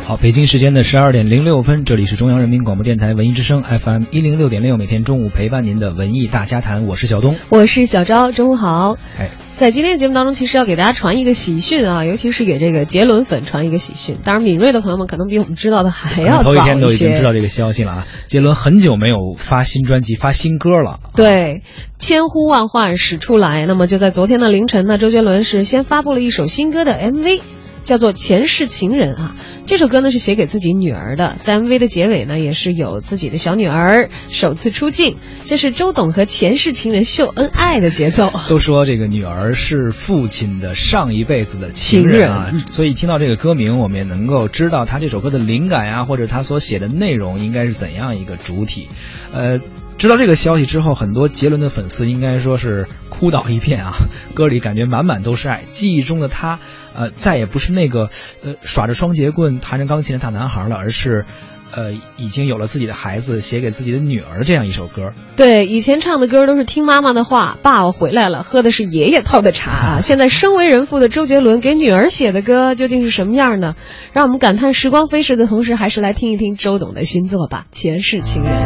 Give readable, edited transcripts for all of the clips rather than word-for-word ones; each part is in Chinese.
好，北京时间的12:06，这里是中央人民广播电台文艺之声 FM 106.6，每天中午陪伴您的文艺大家谈，我是小东， 我是小昭，中午好。 哎， 在今天的节目当中，其实要给大家传一个喜讯啊，尤其是给这个杰伦粉传一个喜讯。当然，敏锐的朋友们可能比我们知道的还要早一些。 头一天都已经知道这个消息了啊！杰伦很久没有发新专辑、发新歌了。 对，千呼万唤始出来。那么就在昨天的凌晨呢，周杰伦是先发布了一首新歌的 MV。叫做前世情人啊，这首歌呢是写给自己女儿的，在 MV 的结尾呢也是有自己的小女儿首次出镜，这是周董和前世情人秀恩爱的节奏。 都说这个女儿是父亲的上一辈子的情人啊，所以听到这个歌名，我们也能够知道他这首歌的灵感呀，或者他所写的内容应该是怎样一个主体。知道这个消息之后，很多杰伦的粉丝应该说是哭倒一片啊，歌里感觉满满都是爱。记忆中的他，再也不是那个耍着双节棍弹着钢琴的大男孩了，而是已经有了自己的孩子，写给自己的女儿这样一首歌。 对，以前唱的歌都是听妈妈的话，爸我回来了，喝的是爷爷泡的茶。现在身为人父的周杰伦给女儿写的歌究竟是什么样呢？让我们感叹时光飞逝的同时，还是来听一听周董的新作吧，《前世情人》。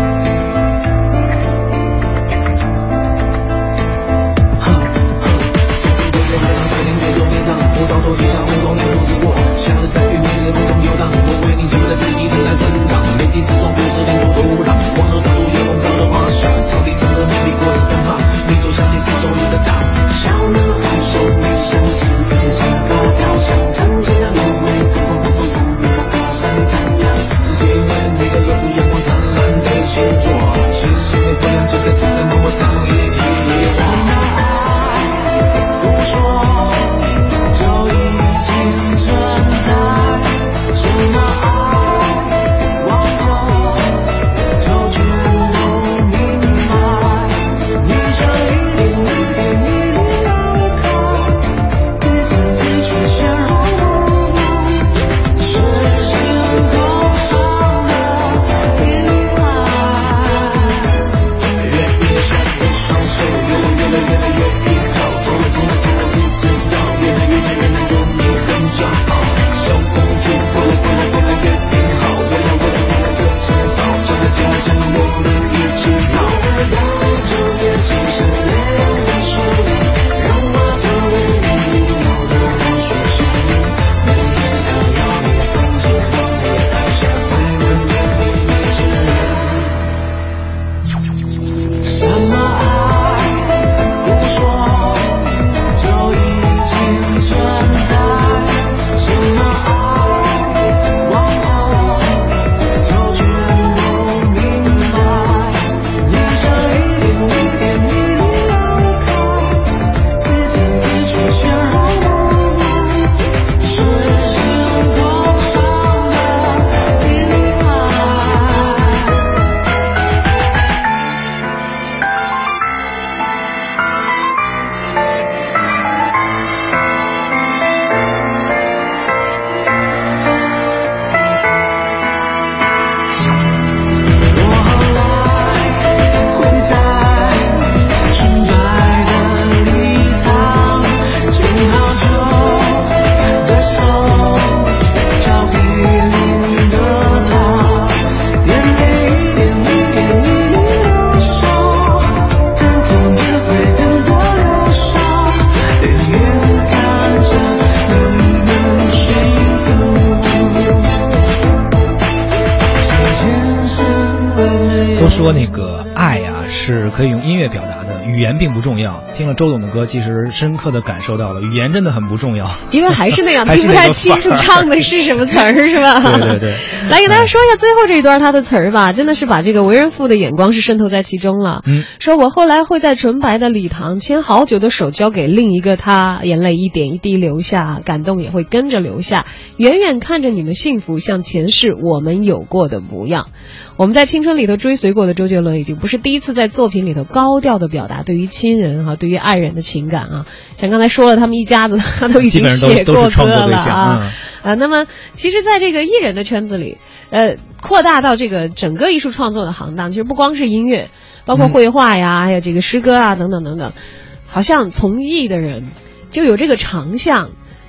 说那个爱啊是可以用音乐表达的，语言并不重要。听了周董的歌，其实深刻的感受到了语言真的很不重要， 因为还是那样听不太清楚唱的是什么词儿，是吧？ 对对对。 来给大家说一下最后这一段他的词儿吧，真的是把这个为人父的眼光是渗透在其中了。说我后来会在纯白的礼堂牵好久的手交给另一个他，眼泪一点一滴流下，感动也会跟着流下，远远看着你们幸福，像前世我们有过的模样。我们在青春里头追随过的周杰伦已经不是第一次在作品里头高调的表达对于亲人啊，对于爱人的情感啊。像刚才说了，他们一家子他都已经写过歌了啊。那么其实在这个艺人的圈子里，扩大到这个整个艺术创作的行当，其实不光是音乐，包括绘画呀，还有这个诗歌啊等等等等，好像从艺的人就有这个长项，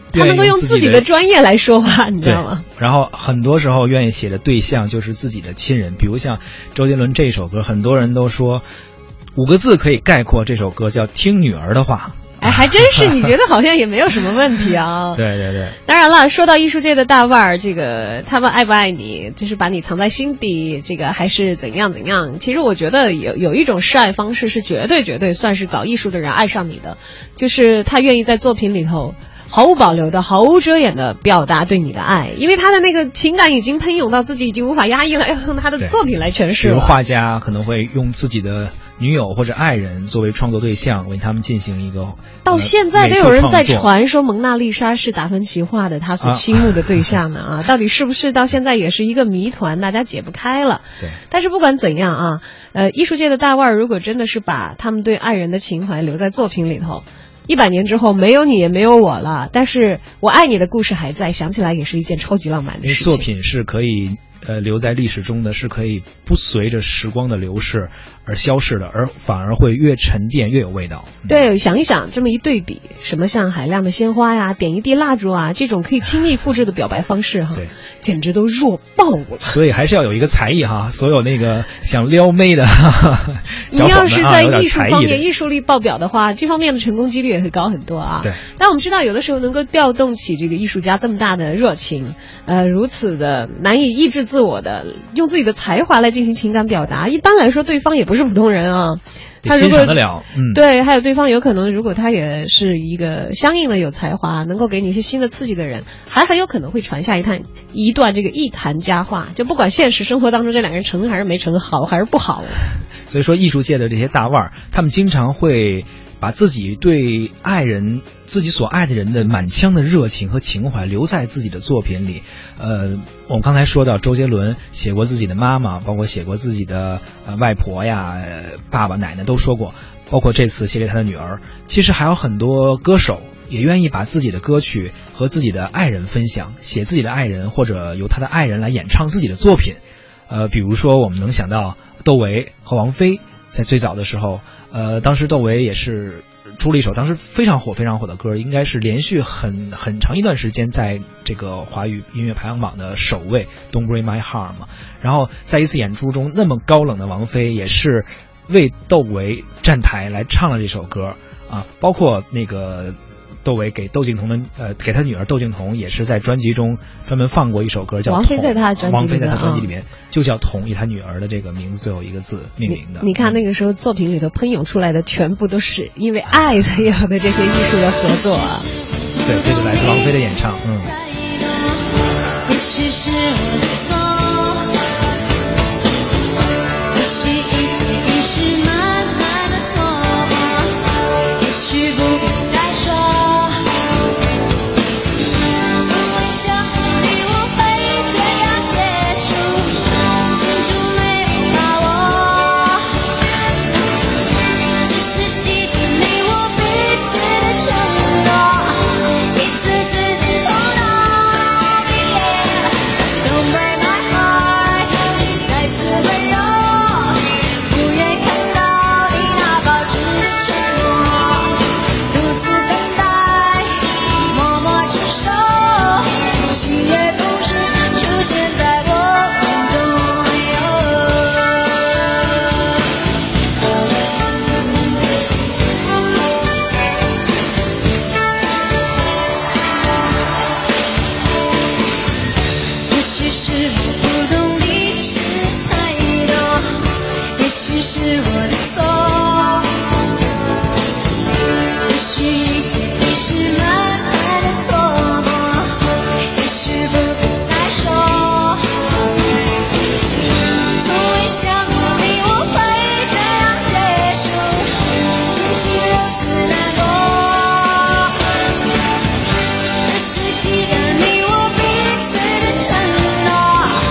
他能够用自己的专业来说话，你知道吗？ 然后很多时候愿意写的对象就是自己的亲人，比如像周杰伦这首歌，很多人都说5个字可以概括这首歌，叫听女儿的话。 哎，还真是，你觉得好像也没有什么问题啊。 对对对。 当然了，说到艺术界的大腕儿，这个他们爱不爱你，就是把你藏在心底，这个还是怎样怎样。其实我觉得有一种示爱方式是绝对算是搞艺术的人爱上你的，就是他愿意在作品里头毫无保留的、毫无遮掩的表达对你的爱，因为他的那个情感已经喷涌到自己已经无法压抑了，要用他的作品来诠释了。 比如画家可能会用自己的女友或者爱人作为创作对象，为他们进行一个到现在都有人在传说蒙娜丽莎是达芬奇画的他所倾慕的对象呢啊，到底是不是到现在也是一个谜团，大家解不开了。 对， 但是不管怎样啊，艺术界的大腕如果真的是把他们对爱人的情怀留在作品里头，100年之后没有你也没有我了，但是我爱你的故事还在，想起来也是一件超级浪漫的事情。 作品是可以留在历史中的，是可以不随着时光的流逝而消逝的，而反而会越沉淀越有味道。 对，想一想这么一对比，什么像海量的鲜花呀、点一滴蜡烛啊，这种可以轻易复制的表白方式哈， 对， 简直都弱爆了。 所以还是要有一个才艺哈，所有那个想撩妹的你要是在艺术方面艺术力爆表的话，这方面的成功几率也会高很多啊。 对， 但我们知道有的时候能够调动起这个艺术家这么大的热情，如此的难以抑制自我的用自己的才华来进行情感表达，一般来说对方也不是普通人啊，他如果欣赏得了， 对，还有对方有可能如果他也是一个相应的有才华，能够给你一些新的刺激的人，还很有可能会传下一段这个一谈佳话，就不管现实生活当中这两个人成还是没成，好还是不好。 所以说艺术界的这些大腕，他们经常会把自己对爱人、自己所爱的人的满腔的热情和情怀留在自己的作品里。我们刚才说到周杰伦写过自己的妈妈，包括写过自己的外婆呀、爸爸、奶奶都说过，包括这次写给他的女儿。其实还有很多歌手也愿意把自己的歌曲和自己的爱人分享，写自己的爱人或者由他的爱人来演唱自己的作品。比如说我们能想到窦唯和王菲在最早的时候，当时窦唯也是出了一首当时非常火的歌，应该是连续很长一段时间在这个华语音乐排行榜的首位 Don't Break My Heart 嘛。然后在一次演出中，那么高冷的王菲也是为窦唯站台来唱了这首歌啊，包括那个窦唯给窦靖童的给他女儿窦靖童也是在专辑中专门放过一首歌叫王菲在他专辑里面就叫童，以他女儿的这个名字最后一个字命名的。 你看那个时候作品里头喷涌出来的全部都是因为爱才有的这些艺术的合作啊。 对，这就来自王菲的演唱。 也许是我的错，也许一切已是慢慢的错，也许不必再说，从未想你我会这样结束，清楚没有把握，只是记得你我彼此的承诺，一次次的重蹈。Don't break my heart， 再次温柔，不愿看到你那保持的沉默，独自等待，默默承受，喜悦总是出现在我梦中。也许是我不懂历史太多，也许是我的错，也许一切已是慢慢的错过，也许不必再说，从未想过你我会这样结束，心情如此难过，只是记得你我彼此的承诺，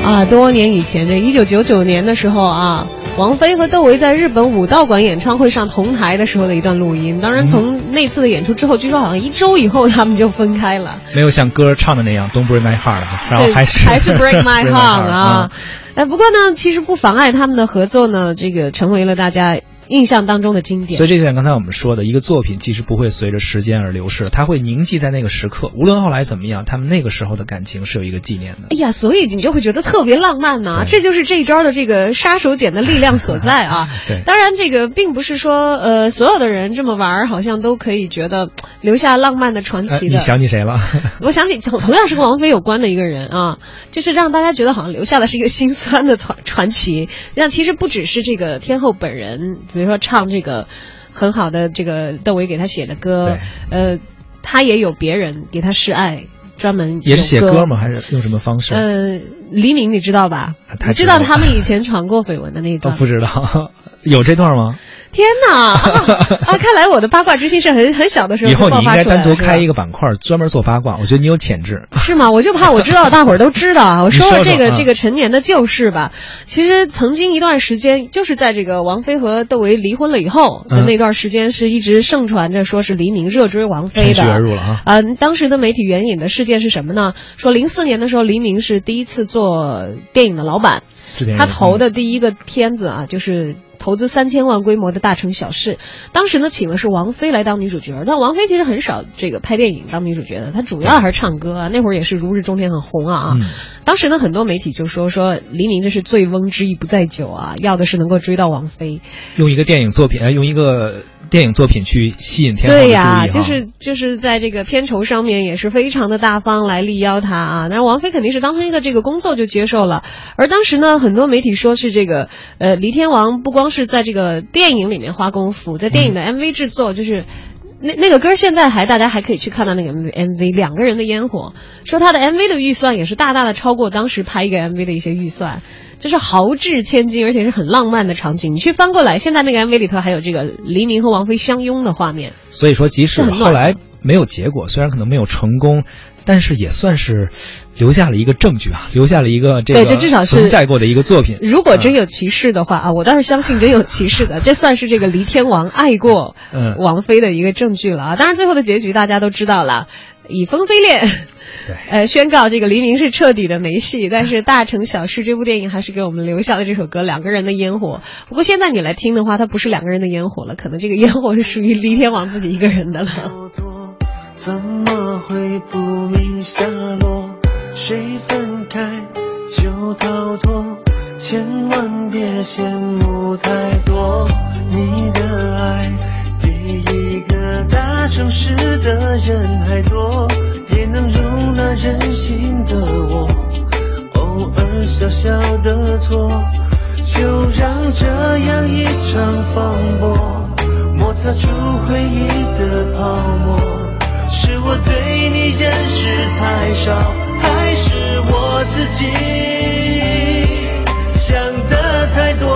啊，多年以前，这1999年的时候啊，王菲和窦唯在日本武道馆演唱会上同台的时候的一段录音。当然，从那次的演出之后，据说好像1周以后他们就分开了， 没有像歌唱的那样 "Don't Break My Heart" 啊，然后还是 Break My Heart 啊。不过呢，其实不妨碍他们的合作呢，这个成为了大家印象当中的经典。 所以这就像刚才我们说的，一个作品其实不会随着时间而流逝，它会凝记在那个时刻，无论后来怎么样，他们那个时候的感情是有一个纪念的。 哎呀，所以你就会觉得特别浪漫嘛，这就是这一招的这个杀手锏的力量所在啊。 对， 当然这个并不是说所有的人这么玩好像都可以觉得留下浪漫的传奇的。 你想起谁了？ 我想起同样是跟王菲有关的一个人啊，就是让大家觉得好像留下的是一个心酸的传奇。但其实不只是这个天后本人，比如说唱这个很好的这个窦唯给他写的歌，他也有别人给他示爱，专门也是写歌吗？还是用什么方式？ 黎明你知道吧？你知道他们以前传过绯闻的那一段？ 都不知道，有这段吗？ 天哪！看来我的八卦之心是很小的时候以后你应该单独开一个板块专门做八卦，我觉得你有潜质。 是吗？我就怕我知道大伙儿都知道啊。我说说这个陈年的旧事吧。其实曾经一段时间，就是在这个王菲和窦唯离婚了以后的那段时间，是一直盛传着说是黎明热追王菲的。 趁虚而入了啊！ 当时的媒体援引的事件是什么呢？说04年的时候，黎明是第一次做电影的老板，他投的第一个片子啊，就是投资3000万规模的大城小事。当时呢，请的是王菲来当女主角，但王菲其实很少这个拍电影当女主角的，她主要还是唱歌啊。那会儿也是如日中天，很红啊。当时呢，很多媒体就说黎明这是醉翁之意不在酒啊，要的是能够追到王菲， 用一个电影作品去吸引天后的注意。 对呀，就是在这个片酬上面也是非常的大方来力邀她啊。但是王菲肯定是当成一个这个工作就接受了。而当时呢，很多媒体说是这个黎天王不光是在这个电影里面花功夫，在电影的 MV 制作，就是那个歌现在大家还可以去看到那个 MV 两个人的烟火，说他的 MV 的预算也是大大的超过当时拍一个 MV 的一些预算，就是豪掷千金，而且是很浪漫的场景。你去翻过来，现在那个 MV 里头还有这个黎明和王菲相拥的画面。 所以说即使后来没有结果，虽然可能没有成功，但是也算是留下了一个证据啊，留下了一个这至少是存在过的一个作品。 如果真有其事的话我倒是相信真有其事的，这算是这个黎天王爱过王菲的一个证据了啊。当然最后的结局大家都知道了，以风飞恋宣告这个黎明是彻底的没戏。但是大城小事这部电影还是给我们留下了这首歌两个人的烟火。不过现在你来听的话，它不是两个人的烟火了，可能这个烟火是属于黎天王自己一个人的了。 怎么会不明下落？谁分开就逃脱，千万别羡慕太多。你的爱比一个大城市的人还多，也能容纳任性的我，偶尔小小的错，就让这样一场风波摩擦出回忆的泡沫。是我对你认识太少，还是我自己想的太多？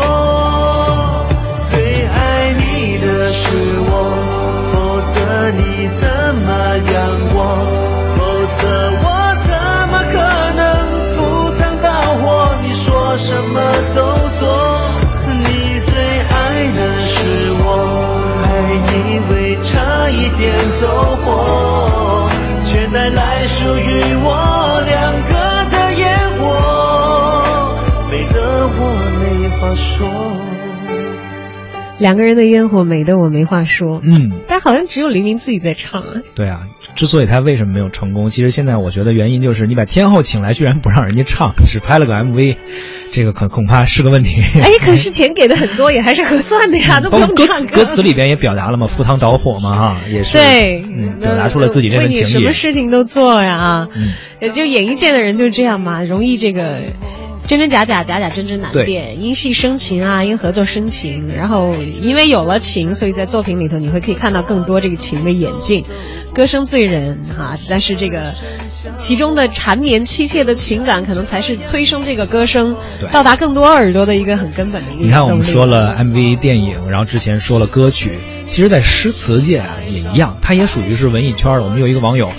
最爱你的是我，否则你怎么养我？否则我怎么可能赴汤蹈火？你说什么都做，你最爱的是我，还以为差一点走火，却带来属于我两个的烟火，美得我没话说。 两个人的烟火美得我没话说。但好像只有黎明自己在唱啊。 对啊，之所以他为什么没有成功，其实现在我觉得原因就是你把天后请来，居然不让人家唱，只拍了个 MV， 这个恐怕是个问题。 可是钱给的很多，也还是合算的呀，都不用唱歌词里边也表达了嘛，赴汤蹈火嘛也是对， 表达出了自己这份情谊。 为你什么事情都做呀也就演艺界的人就是这样嘛，容易这个真真假假，假假真真难辨，因戏生情啊，因合作生情，然后因为有了情，所以在作品里头你可以看到更多这个情的演进，歌声醉人但是这个其中的缠绵凄切的情感，可能才是催生这个歌声到达更多耳朵的一个很根本的一个。 你看我们说了 MV 电影，然后之前说了歌曲，其实在诗词界也一样，它也属于是文艺圈的。我们有一个网友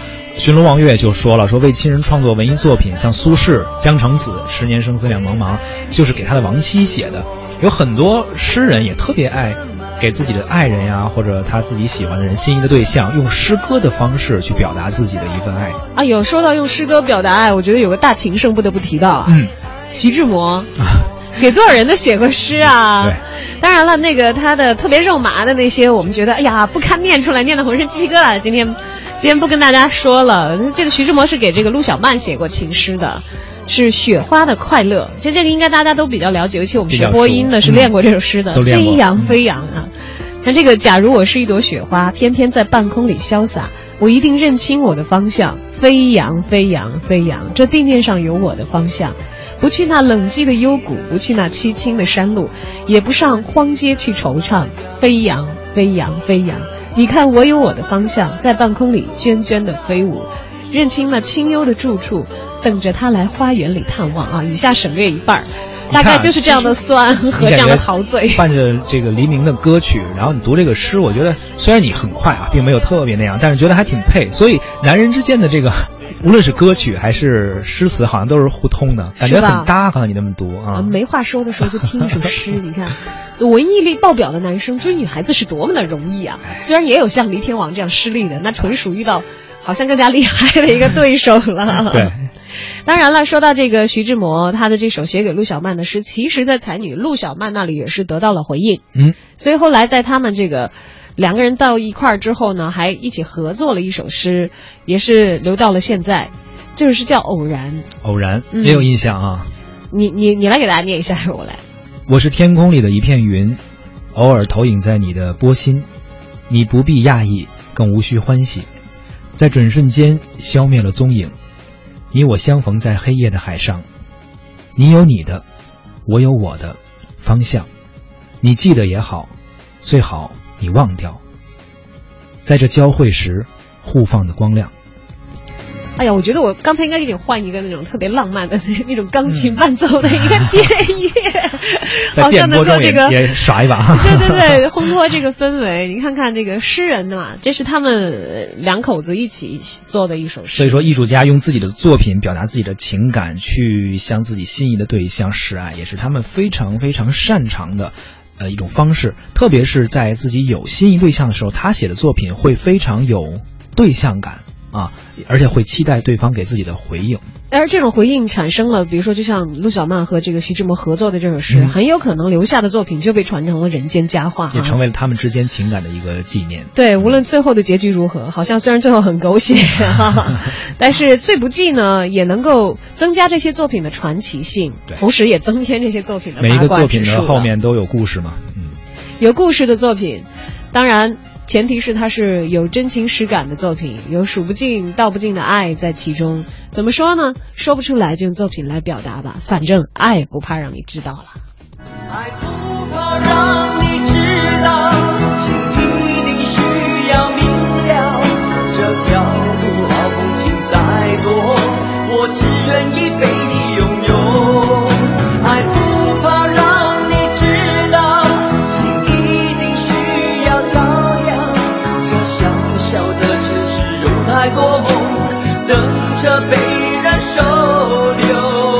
寻龙望月就说了，说为亲人创作文艺作品，像苏轼、江城子10年生死两茫茫，就是给他的亡妻写的。有很多诗人也特别爱给自己的爱人呀，或者他自己喜欢的人、心仪的对象，用诗歌的方式去表达自己的一份爱。 啊，有说到用诗歌表达爱，我觉得有个大情圣不得不提到啊，徐志摩。给多少人都写过诗啊？ 对， 当然了，那个他的特别肉麻的那些，我们觉得哎呀不堪念出来，念得浑身鸡皮疙瘩。今天不跟大家说了。记得徐志摩是给这个陆小曼写过情诗的，是《雪花的快乐》。其实这个应该大家都比较了解，尤其我们学播音的是练过这首诗的，飞扬飞扬啊。那这个假如我是一朵雪花，翩翩在半空里潇洒，我一定认清我的方向，飞扬飞扬飞扬，这地面上有我的方向。不去那冷寂的幽谷，不去那凄清的山路，也不上荒街去惆怅，飞扬飞扬飞扬。你看我有我的方向，在半空里涓涓的飞舞，认清那清幽的住处，等着他来花园里探望啊。以下省略一半，大概就是这样的酸和这样的陶醉， 伴着这个黎明的歌曲，然后你读这个诗，我觉得虽然你很快啊，并没有特别那样，但是觉得还挺配。所以男人之间的这个无论是歌曲还是诗词，好像都是互通的，感觉很搭。刚才你那么读啊， 没话说的时候就听一首诗，你看，文艺力爆表的男生追女孩子是多么的容易啊！虽然也有像黎天王这样失利的，那纯属遇到好像更加厉害的一个对手了。 对。 当然了，说到这个徐志摩，他的这首写给陆小曼的诗，其实在才女陆小曼那里也是得到了回应。所以后来在他们这个两个人到一块儿之后呢，还一起合作了一首诗，也是留到了现在。这首诗叫《偶然》。 偶然，也有印象啊。 你来给大家念一下，我来。 我是天空里的一片云，偶尔投影在你的波心，你不必讶异，更无需欢喜，在准瞬间消灭了踪影。你我相逢在黑夜的海上，你有你的，我有我的方向，你记得也好，最好你忘掉，在这交汇时互放的光亮。 哎呀，我觉得我刚才应该给你换一个那种特别浪漫的那种钢琴伴奏的一个电乐， 在电波中也耍一把。 对对对，烘托这个氛围。你看看这个诗人嘛，这是他们两口子一起做的一首诗。 所以说，艺术家用自己的作品表达自己的情感，去向自己心仪的对象示爱，也是他们非常非常擅长的一种方式。特别是在自己有心仪对象的时候，他写的作品会非常有对象感。而且会期待对方给自己的回应， 而这种回应产生了，比如说就像陆小曼和这个徐志摩合作的这首诗，很有可能留下的作品就被传承了人间佳话， 也成为了他们之间情感的一个纪念。 对，无论最后的结局如何，好像虽然最后很狗血但是最不济呢，也能够增加这些作品的传奇性，同时也增添这些作品的每一个作品的后面都有故事嘛。 有故事的作品，当然前提是它是有真情实感的作品，有数不尽道不尽的爱在其中。怎么说呢？说不出来就用作品来表达吧，反正爱不怕让你知道了。 爱不怕让你知道，情一定需要明了，这条路好风景再多，我只愿意被你拥有。爱不怕让你知道，情一定需要照亮，这小小的城市有太多梦等着被人收留。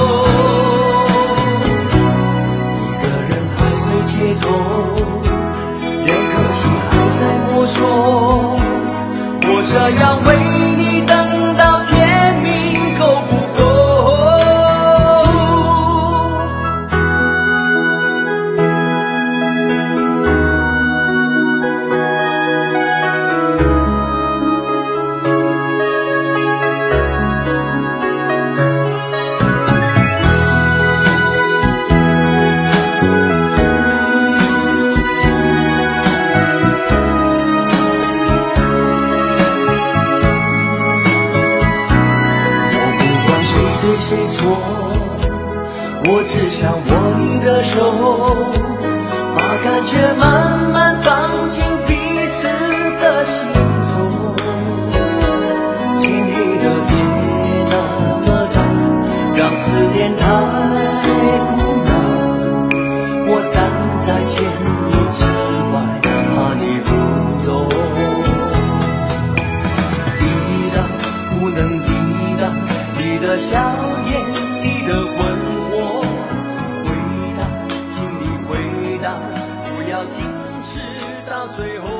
一个人徘徊街头，两颗心还在摸索，我这样为你等到天明够不够？我只想握你的手，把感觉慢慢放进彼此的心中。天黑的别那么早，让思念太苦恼。我站在千里之外，怕你不懂。抵挡不能要矜持到最后。